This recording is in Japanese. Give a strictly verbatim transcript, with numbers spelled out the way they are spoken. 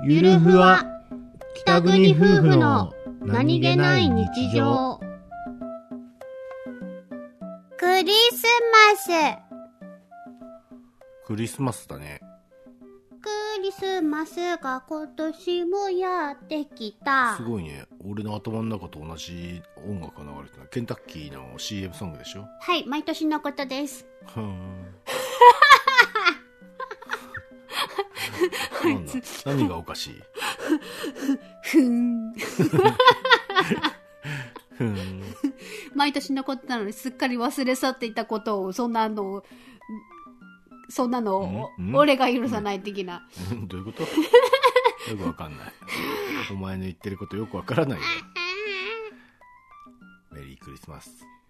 ゆるふわ北国夫婦の何気ない日常。 クリスマス。 クリスマスだね。 クリスマスが今年もやってきた。 すごいね。俺の頭の中と同じ音楽が流れてる。ケンタッキーの シーエム ソングでしょ。 はい、毎年のことです。 ふーんなんだ、何がおかしい。 ふーんふーん毎年のことなのにすっかり忘れ去っていたことを、そんなのそんなの、 んん俺が許さない的な。 どういうこと？よくわかんない。お前の言ってることよくわからないよ。メリークリスマス。